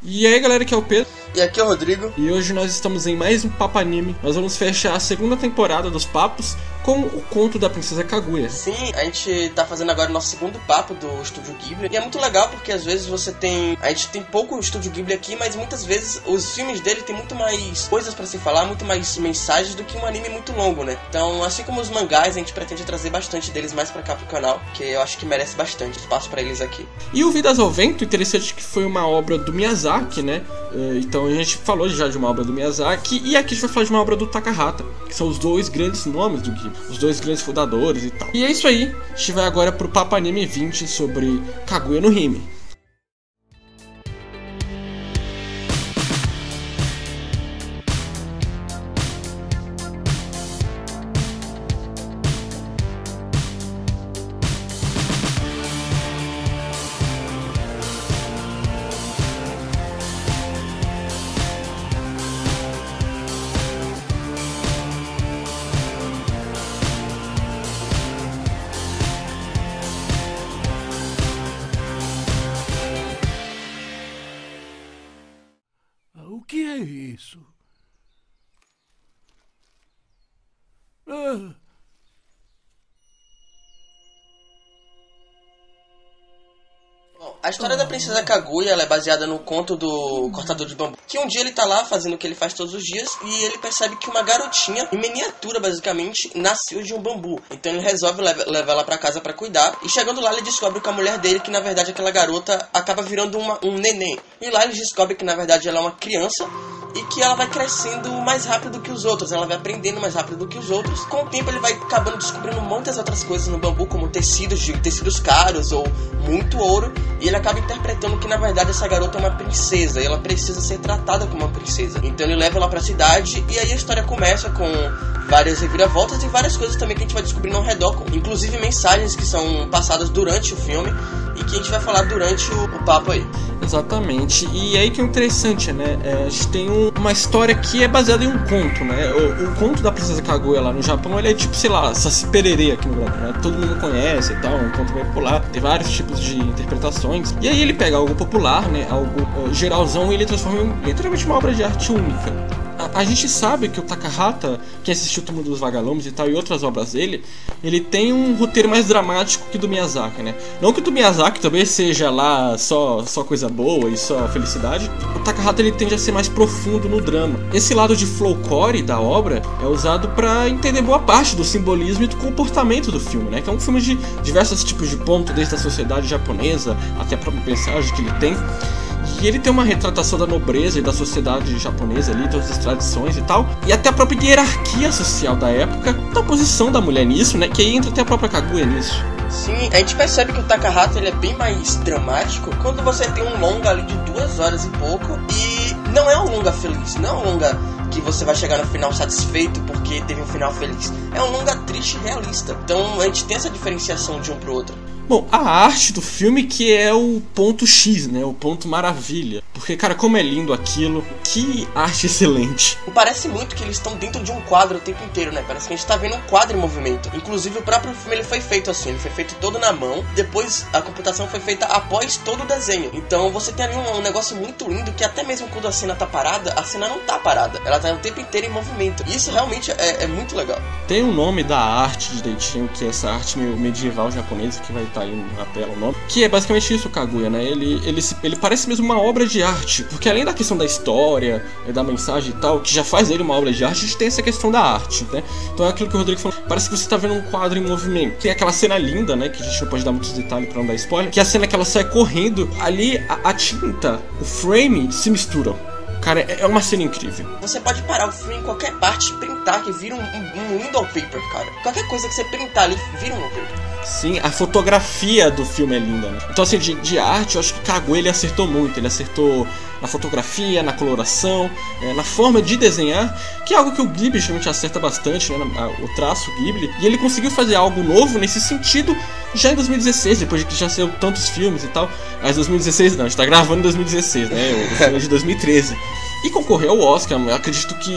E aí galera, aqui é o Pedro. E aqui é o Rodrigo. E hoje nós estamos em mais um Papo Anime. Nós vamos fechar a segunda temporada dos papos com o conto da Princesa Kaguya. Sim, a gente tá fazendo agora o nosso segundo papo do Estúdio Ghibli. E é muito legal porque às vezes a gente tem pouco Estúdio Ghibli aqui, mas muitas vezes os filmes dele tem muito mais coisas pra se falar, muito mais mensagens do que um anime muito longo, né? Então, assim como os mangás, a gente pretende trazer bastante deles mais pra cá pro canal, que eu acho que merece bastante espaço pra eles aqui. E o Vidas ao Vento, interessante que foi uma obra do Miyazaki, né? Então a gente falou já de uma obra do Miyazaki, e aqui a gente vai falar de uma obra do Takahata, que são os dois grandes nomes do Ghibli, os dois grandes fundadores e tal. E é isso aí, a gente vai agora pro Papo Anime 20 sobre Kaguya no Hime. O que é isso? Bom, a história da Princesa Kaguya ela é baseada no conto do cortador de bambu. Que um dia ele tá lá fazendo o que ele faz todos os dias e ele percebe que uma garotinha, em miniatura basicamente, nasceu de um bambu. Então ele resolve levar ela pra casa pra cuidar. E chegando lá ele descobre com a mulher dele que na verdade aquela garota acaba virando um neném. E lá ele descobre que na verdade ela é uma criança e que ela vai crescendo mais rápido que os outros, ela vai aprendendo mais rápido do que os outros. Com o tempo ele vai acabando descobrindo muitas outras coisas no bambu, como tecidos caros ou muito ouro, e ele acaba interpretando que na verdade essa garota é uma princesa e ela precisa ser tratada como uma princesa. Então ele leva ela pra cidade e aí a história começa com várias reviravoltas e várias coisas também que a gente vai descobrindo ao redor, inclusive mensagens que são passadas durante o filme e que a gente vai falar durante o papo aí. Exatamente, e aí que é interessante, né? A gente tem uma história que é baseada em um conto, né? O conto da Princesa Kaguya lá no Japão, ele é tipo, sei lá, Saci Pererê aqui no Brasil, né? Todo mundo conhece e tal, é um conto bem popular, tem vários tipos de interpretações. E aí ele pega algo popular, né? Algo geralzão, e ele transforma em literalmente uma obra de arte única. A gente sabe que o Takahata, que assistiu o Túmulo dos Vagalumes e tal, e outras obras dele, ele tem um roteiro mais dramático que o do Miyazaki, né? Não que o do Miyazaki também seja lá só coisa boa e só felicidade. O Takahata ele tende a ser mais profundo no drama. Esse lado de flowcore da obra é usado pra entender boa parte do simbolismo e do comportamento do filme, né? Que é um filme de diversos tipos de pontos, desde a sociedade japonesa até a própria mensagem que ele tem. E ele tem uma retratação da nobreza e da sociedade japonesa ali, todas as tradições e tal, e até a própria hierarquia social da época, da posição da mulher nisso, né, que aí entra até a própria Kaguya nisso. Sim, a gente percebe que o Takahata ele é bem mais dramático quando você tem um longa ali de 2 horas e pouco, e não é um longa feliz, não é um longa que você vai chegar no final satisfeito porque teve um final feliz. É um longa triste e realista. Então a gente tem essa diferenciação de um pro outro. Bom, a arte do filme que é o ponto X, né? O ponto maravilha. Porque, cara, como é lindo aquilo. Que arte excelente. Parece muito que eles estão dentro de um quadro o tempo inteiro, né? Parece que a gente tá vendo um quadro em movimento. Inclusive, o próprio filme ele foi feito assim. Ele foi feito todo na mão. Depois, a computação foi feita após todo o desenho. Então, você tem ali um negócio muito lindo que até mesmo quando a cena tá parada, a cena não tá parada. Ela tá o tempo inteiro em movimento. E isso realmente é muito legal. Tem o nome da arte direitinho, que é essa arte meio medieval japonesa, que vai estar aí na tela o nome, que é basicamente isso, o Kaguya, né? Ele parece mesmo uma obra de arte, porque além da questão da história, da mensagem e tal, que já faz dele uma obra de arte, a gente tem essa questão da arte, né? Então é aquilo que o Rodrigo falou, parece que você tá vendo um quadro em movimento. Tem aquela cena linda, né, que a gente não pode dar muitos detalhes pra não dar spoiler, que é a cena que ela sai correndo, ali a tinta, o frame se misturam. Cara, é uma cena incrível. Você pode parar o filme em qualquer parte e printar, que vira um window paper, cara. Qualquer coisa que você printar ali, vira um wallpaper. Sim, a fotografia do filme é linda, né? Então, assim, de arte, eu acho que Kaguya ele acertou muito. Ele acertou na fotografia, na coloração, na forma de desenhar, que é algo que o Ghibli geralmente acerta bastante, né? O traço Ghibli. E ele conseguiu fazer algo novo nesse sentido já em 2016, depois de que já saiu tantos filmes e tal. Mas 2016 não, a gente tá gravando em 2016, né? O filme é de 2013. E concorreu ao Oscar. Eu acredito que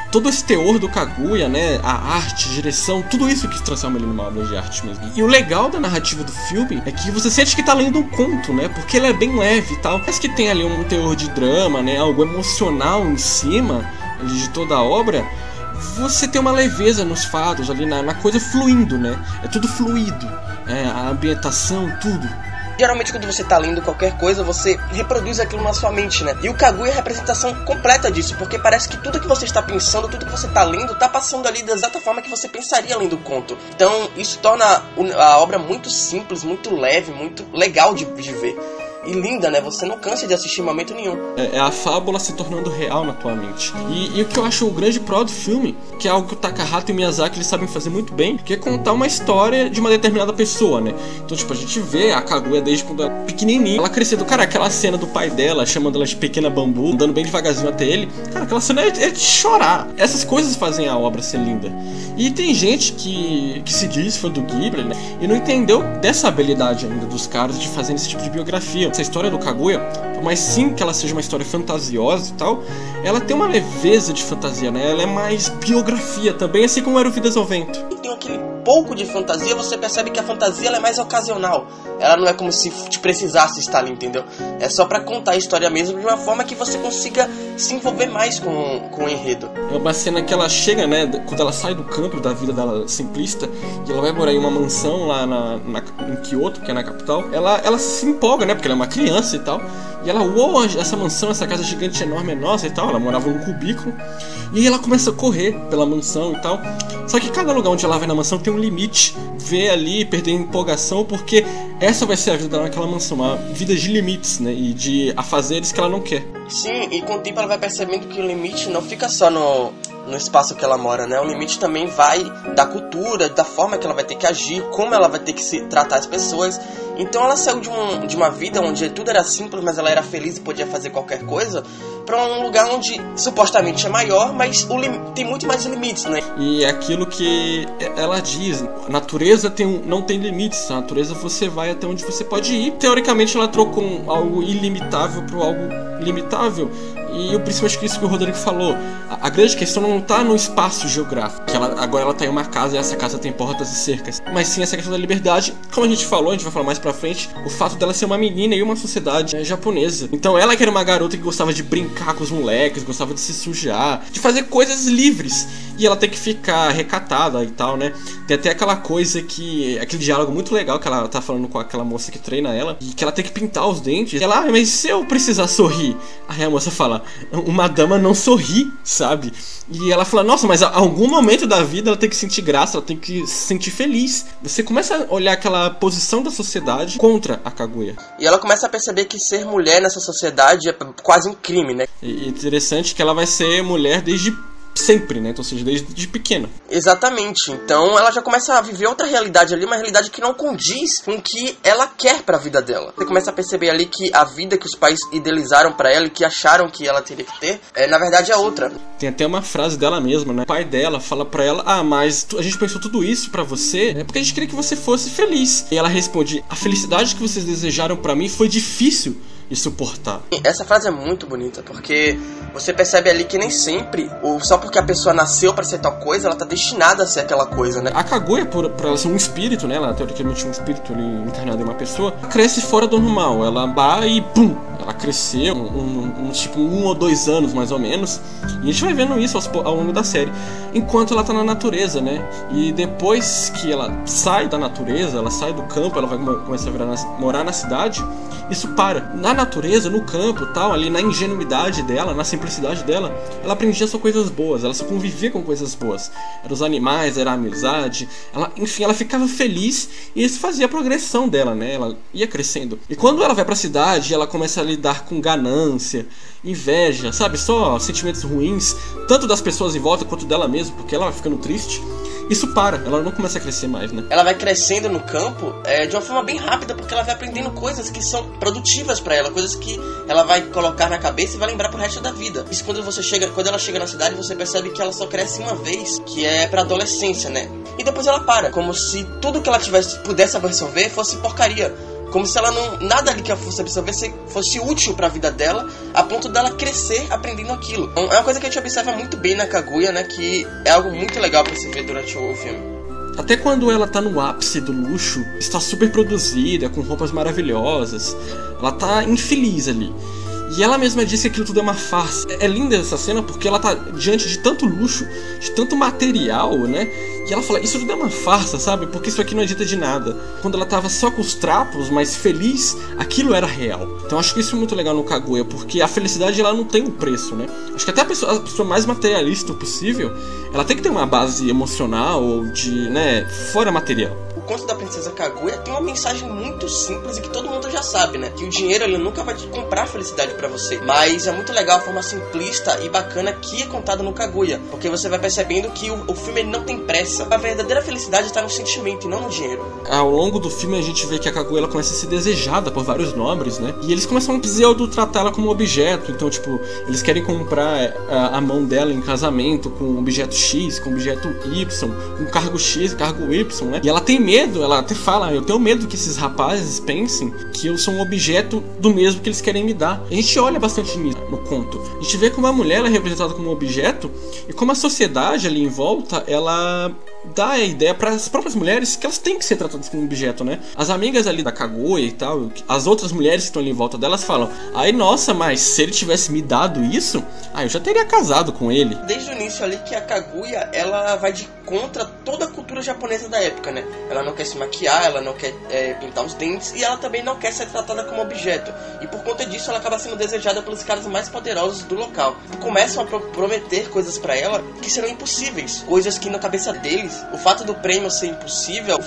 todo esse teor do Kaguya, né, a arte, a direção, tudo isso que transforma ele numa obra de arte mesmo. E o legal da narrativa do filme é que você sente que tá lendo um conto, né, porque ele é bem leve e tal. Parece que tem ali um teor de drama, né, algo emocional em cima de toda a obra. Você tem uma leveza nos fatos ali, na coisa fluindo, né, é tudo fluido, a ambientação, tudo. Geralmente quando você tá lendo qualquer coisa, você reproduz aquilo na sua mente, né? E o Kaguya é a representação completa disso, porque parece que tudo que você está pensando, tudo que você tá lendo, tá passando ali da exata forma que você pensaria lendo o conto. Então isso torna a obra muito simples, muito leve, muito legal de ver. E linda, né? Você não cansa de assistir em momento nenhum. É a fábula se tornando real na tua mente. E o que eu acho o grande pró do filme, que é algo que o Takahata e o Miyazaki eles sabem fazer muito bem, que é contar uma história de uma determinada pessoa, né? Então, tipo, a gente vê a Kaguya desde quando ela é pequenininha, ela crescendo. Cara, aquela cena do pai dela, chamando ela de pequena bambu, andando bem devagarzinho até ele. Cara, aquela cena é de chorar. Essas coisas fazem a obra ser linda. E tem gente que se diz fã do Ghibli, né? E não entendeu dessa habilidade ainda dos caras de fazer esse tipo de biografia. Essa história do Kaguya, por mais sim que ela seja uma história fantasiosa e tal, ela tem uma leveza de fantasia, né? Ela é mais biografia também, assim como era o Vidas ao Vento. E tem aquele pouco de fantasia, você percebe que a fantasia ela é mais ocasional. Ela não é como se te precisasse estar ali, entendeu? É só pra contar a história mesmo de uma forma que você consiga se envolver mais com o enredo. É uma cena que ela chega, né, quando ela sai do campo da vida dela simplista, e ela vai morar em uma mansão lá em Kyoto, que é na capital. Ela se empolga, né, porque ela é uma criança e tal. E ela, uou, essa mansão, essa casa gigante enorme é nossa e tal. Ela morava num cubículo. E aí ela começa a correr pela mansão e tal. Só que cada lugar onde ela vai na mansão tem um limite. Vê ali, perder a empolgação, porque essa vai ser a vida dela naquela mansão. Uma vida de limites, né, e de afazeres que ela não quer. Sim, e com o tempo ela vai percebendo que o limite não fica só no espaço que ela mora, né? O limite também vai da cultura, da forma que ela vai ter que agir, como ela vai ter que se tratar as pessoas. Então ela saiu de uma vida onde tudo era simples, mas ela era feliz e podia fazer qualquer coisa, pra um lugar onde supostamente é maior, mas tem muito mais limites, né? E é aquilo que ela diz, a natureza não tem limites, a natureza você vai até onde você pode ir. Teoricamente ela trocou algo ilimitável por algo limitável. E o principal é isso que o Rodrigo falou. A grande questão não está no espaço geográfico, que agora ela está em uma casa e essa casa tem portas e cercas, mas sim essa questão da liberdade. Como a gente falou, a gente vai falar mais pra frente, o fato dela ser uma menina e uma sociedade japonesa. Então ela que era uma garota que gostava de brincar com os moleques, gostava de se sujar, de fazer coisas livres, e ela tem que ficar recatada e tal, né? Tem até aquela coisa aquele diálogo muito legal que ela tá falando com aquela moça que treina ela, e que ela tem que pintar os dentes. E ela, mas se eu precisar sorrir? Aí a moça fala, uma dama não sorri, sabe? E ela fala, nossa, mas a algum momento da vida ela tem que sentir graça, ela tem que se sentir feliz. Você começa a olhar aquela posição da sociedade contra a Kaguya. E ela começa a perceber que ser mulher nessa sociedade é quase um crime, né? E interessante que ela vai ser mulher desde sempre, né? Então, ou seja, desde pequena. Exatamente. Então ela já começa a viver outra realidade ali, uma realidade que não condiz com o que ela quer pra vida dela. Você começa a perceber ali que a vida que os pais idealizaram pra ela e que acharam que ela teria que ter, na verdade é outra. Tem até uma frase dela mesma, né? O pai dela fala pra ela, mas a gente pensou tudo isso pra você, né? Porque a gente queria que você fosse feliz. E ela responde, a felicidade que vocês desejaram pra mim foi difícil de suportar. Essa frase é muito bonita, porque você percebe ali que nem sempre, só porque a pessoa nasceu pra ser tal coisa, ela tá destinada a ser aquela coisa, né? A Kaguya, por ela ser um espírito, né? Ela teoricamente é um espírito ali encarnado em uma pessoa, cresce fora do normal. Ela vai e pum! Ela cresceu tipo 1 ou 2 anos mais ou menos. E a gente vai vendo isso ao longo da série. Enquanto ela tá na natureza, né? E depois que ela sai da natureza, ela sai do campo, ela vai começar a morar na cidade, isso para. Na natureza, no campo tal, ali na ingenuidade dela, na simplicidade dela, ela aprendia só coisas boas, ela só convivia com coisas boas. Eram os animais, era a amizade, enfim, ela ficava feliz e isso fazia a progressão dela, né? Ela ia crescendo. E quando ela vai pra cidade, ela começa a lidar com ganância, inveja, sabe? Só sentimentos ruins, tanto das pessoas em volta quanto dela mesma, porque ela vai ficando triste. Isso para, ela não começa a crescer mais, né? Ela vai crescendo no campo de uma forma bem rápida, porque ela vai aprendendo coisas que são produtivas pra ela, coisas que ela vai colocar na cabeça e vai lembrar pro resto da vida. Isso quando ela chega na cidade, você percebe que ela só cresce uma vez, que é pra adolescência, né? E depois ela para, como se tudo que ela pudesse absorver fosse porcaria. como se ela não, nada ali que ela fosse absorver fosse útil pra vida dela, a ponto dela crescer aprendendo aquilo. Então, é uma coisa que a gente observa muito bem na Kaguya, né, que é algo muito legal pra se ver durante o filme. Até quando ela tá no ápice do luxo, está super produzida, com roupas maravilhosas, ela tá infeliz ali. E ela mesma disse que aquilo tudo é uma farsa. É linda essa cena porque ela tá diante de tanto luxo, de tanto material, né? E ela fala, isso tudo é uma farsa, sabe? Porque isso aqui não adianta de nada. Quando ela tava só com os trapos, mas feliz, aquilo era real. Então acho que isso é muito legal no Kaguya, porque a felicidade ela não tem um preço, né? Acho que até a pessoa mais materialista possível, ela tem que ter uma base emocional ou de, né, fora material. O conto da Princesa Kaguya tem uma mensagem muito simples e que todo mundo já sabe, né? Que o dinheiro ele nunca vai te comprar felicidade pra você. Mas é muito legal a forma simplista e bacana que é contada no Kaguya, porque você vai percebendo que o filme ele não tem pressa. A verdadeira felicidade está no sentimento e não no dinheiro. Ao longo do filme a gente vê que a Kaguya ela começa a ser desejada por vários nobres, né? E eles começam a pseudo-tratar ela como objeto. Então, tipo, eles querem comprar a mão dela em casamento com objeto X, com objeto Y, com cargo X, cargo Y, né? E ela tem medo, ela até fala, eu tenho medo que esses rapazes pensem que eu sou um objeto do mesmo que eles querem me dar. A gente olha bastante nisso no conto. A gente vê como a mulher ela é representada como um objeto e como a sociedade ali em volta, ela dá a ideia para as próprias mulheres que elas têm que ser tratadas como objeto, né? As amigas ali da Kaguya e tal, as outras mulheres que estão ali em volta delas falam, ai nossa, mas se ele tivesse me dado isso, eu já teria casado com ele. Desde o início ali que a Kaguya, ela vai de contra toda a cultura japonesa da época, né? Ela não quer se maquiar, ela não quer pintar os dentes e ela também não quer ser tratada como objeto. E por conta disso ela acaba sendo desejada pelos caras mais poderosos do local. Começam a prometer coisas pra ela que serão impossíveis, coisas que na cabeça deles, o fato do prêmio ser impossível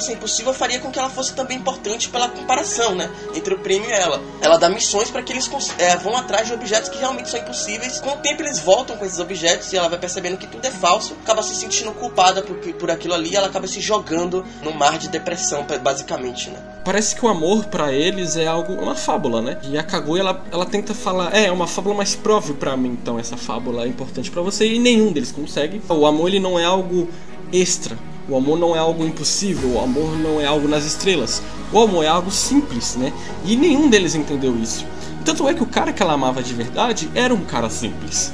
faria com que ela fosse também importante pela comparação, né? Entre o prêmio e ela. Ela dá missões para que eles vão atrás de objetos que realmente são impossíveis. Com o tempo eles voltam com esses objetos e ela vai percebendo que tudo é falso, acaba se sentindo culpada por aquilo ali e ela acaba se jogando no mar de depressão, basicamente, né? Parece que o amor pra eles é uma fábula, né? E a Kaguya, ela tenta falar, é uma fábula, mas prove pra mim, então, essa fábula é importante pra você, e nenhum deles consegue. O amor, ele não é algo extra, o amor não é algo impossível, o amor não é algo nas estrelas, o amor é algo simples, né? E nenhum deles entendeu isso. Tanto é que o cara que ela amava de verdade era um cara simples.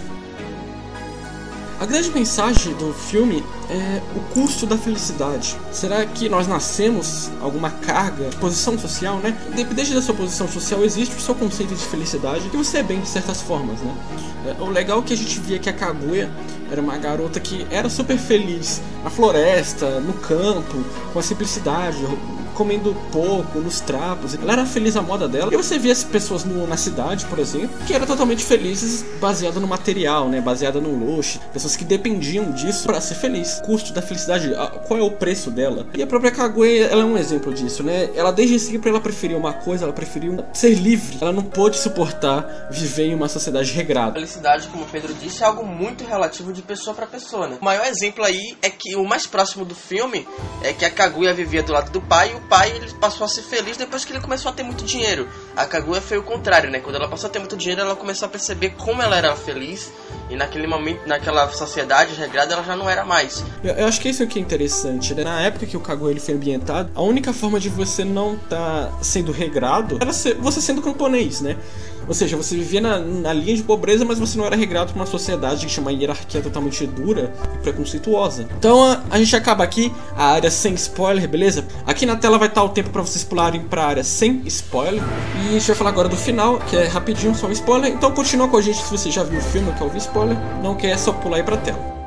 A grande mensagem do filme é o custo da felicidade. Será que nós nascemos alguma carga de posição social, né? Independente da sua posição social, existe o seu conceito de felicidade e você é bem de certas formas, né? O legal é que a gente via que a Kaguya era uma garota que era super feliz na floresta, no campo, com a simplicidade, comendo pouco, nos trapos. Ela era feliz à moda dela. E você via as pessoas na cidade, por exemplo, que eram totalmente felizes baseada no material, né? Baseada no luxo. Pessoas que dependiam disso para ser feliz. O custo da felicidade, qual é o preço dela? E a própria Kaguya, ela é um exemplo disso, né? Ela desde sempre ela preferiu uma coisa, ela preferiu ser livre. Ela não pôde suportar viver em uma sociedade regrada. A felicidade, como o Pedro disse, é algo muito relativo de pessoa para pessoa, né? O maior exemplo aí é que o mais próximo do filme é que a Kaguya vivia do lado do pai e o pai ele passou a ser feliz depois que ele começou a ter muito dinheiro. A Kaguya foi o contrário, né? Quando ela passou a ter muito dinheiro, ela começou a perceber como ela era feliz e naquele momento, naquela sociedade regrada, ela já não era mais. Eu acho que isso aqui é interessante, né? Na época que o Kaguya ele foi ambientado, a única forma de você não estar sendo regrado era você sendo camponês, né? Ou seja, você vivia na linha de pobreza, mas você não era regrado por uma sociedade que tinha uma hierarquia totalmente dura e preconceituosa. Então a gente acaba aqui a área sem spoiler, beleza? Aqui na tela vai estar o tempo para vocês pularem para a área sem spoiler. E a gente vai falar agora do final, que é rapidinho, só um spoiler. Então continua com a gente se você já viu o filme, quer ouvir spoiler. Não quer, é só pular aí pra tela.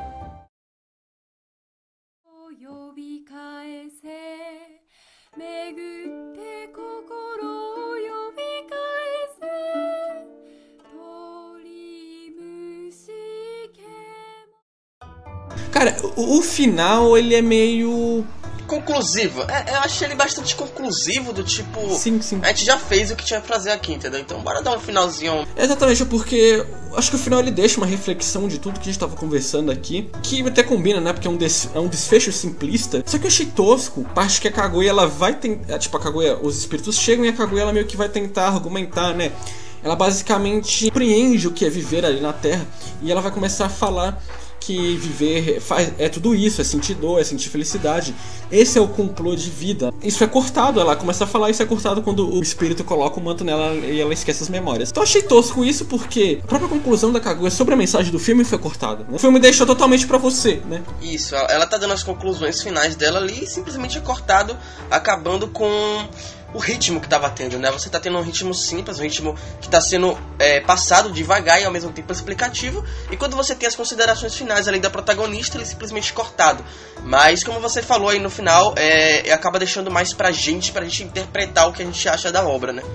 Cara, o final ele é meio conclusivo. Eu achei ele bastante conclusivo, do tipo... Sim. A gente já fez o que tinha pra fazer aqui, entendeu? Então bora dar um finalzinho. Exatamente, porque acho que o final ele deixa uma reflexão de tudo que a gente tava conversando aqui, que até combina, né? Porque é um desfecho simplista. Só que eu achei tosco, parte que a Kaguya ela vai tentar... Tipo, a Kaguya, os espíritos chegam e a Kaguya ela meio que vai tentar argumentar, né? Ela basicamente compreende o que é viver ali na Terra e ela vai começar a falar que viver é tudo isso, é sentir dor, é sentir felicidade. Esse é o complô de vida. Isso é cortado, ela começa a falar, isso é cortado quando o espírito coloca o manto nela e ela esquece as memórias. Então achei tosco isso porque a própria conclusão da Kaguya sobre a mensagem do filme foi cortada, né? O filme deixou totalmente pra você, né? Isso, ela tá dando as conclusões finais dela ali e simplesmente é cortado, acabando com o ritmo que tava tendo, né? Você tá tendo um ritmo simples, um ritmo que tá sendo passado devagar e ao mesmo tempo explicativo, e quando você tem as considerações finais ali da protagonista, ele é simplesmente cortado. Mas como você falou aí no final, acaba deixando mais pra gente interpretar o que a gente acha da obra, né?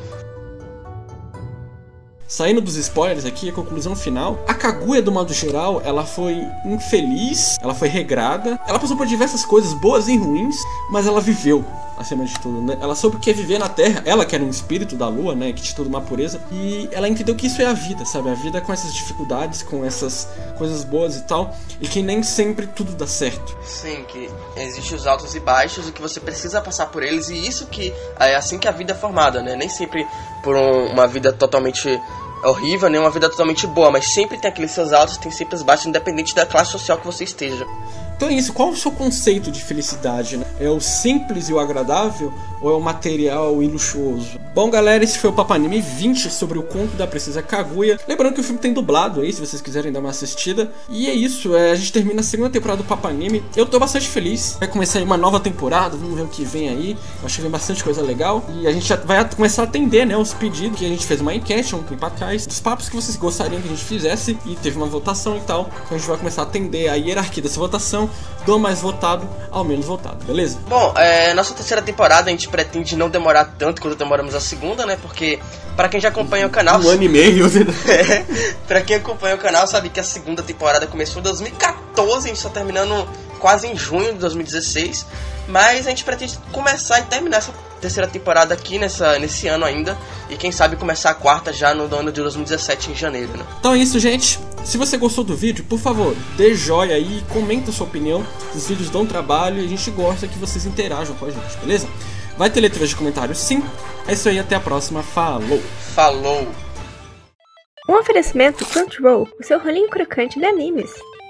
Saindo dos spoilers aqui, a conclusão final. A Kaguya, do modo geral, ela foi infeliz, ela foi regrada, ela passou por diversas coisas boas e ruins, mas ela viveu, acima de tudo, né? Ela soube o que é viver na Terra, ela que era um espírito da Lua, né, que tinha toda uma pureza, e ela entendeu que isso é a vida, sabe? A vida com essas dificuldades, com essas coisas boas e tal, e que nem sempre tudo dá certo. Sim, que existem os altos e baixos e que você precisa passar por eles, e isso que é assim que a vida é formada, né? Nem sempre por uma vida totalmente horrível, nem uma vida totalmente boa, mas sempre tem aqueles seus altos, tem sempre os baixos, independente da classe social que você esteja. Então é isso, qual o seu conceito de felicidade, né? É o simples e o agradável ou é o material e luxuoso? Bom, galera, esse foi o Papo Anime 20 sobre o conto da Princesa Kaguya. Lembrando que o filme tem dublado aí, se vocês quiserem dar uma assistida. E é isso, a gente termina a segunda temporada do Papo Anime. Eu tô bastante feliz, vai começar aí uma nova temporada, vamos ver o que vem aí. Eu acho que vem bastante coisa legal. E a gente já vai começar a atender, né, os pedidos que a gente fez uma enquete há um tempo atrás, dos papos que vocês gostariam que a gente fizesse, e teve uma votação e tal. Então a gente vai começar a atender a hierarquia dessa votação, do mais votado ao menos votado, beleza? Bom, nossa terceira temporada a gente pretende não demorar tanto quanto demoramos a segunda, né? Porque pra quem já acompanha o canal... Um ano e meio. Pra quem acompanha o canal sabe que a segunda temporada começou em 2014, a gente tá terminando quase em junho de 2016. Mas a gente pretende começar e terminar essa terceira temporada aqui nesse ano ainda. E quem sabe começar a quarta já no ano de 2017, em janeiro, né? Então é isso, gente. Se você gostou do vídeo, por favor, dê joia aí, comenta a sua opinião. Os vídeos dão trabalho e a gente gosta que vocês interajam com a gente, beleza? Vai ter leitura de comentários, sim. É isso aí, até a próxima. Falou! Falou! Um oferecimento Crunchyroll, o seu rolinho crocante de animes.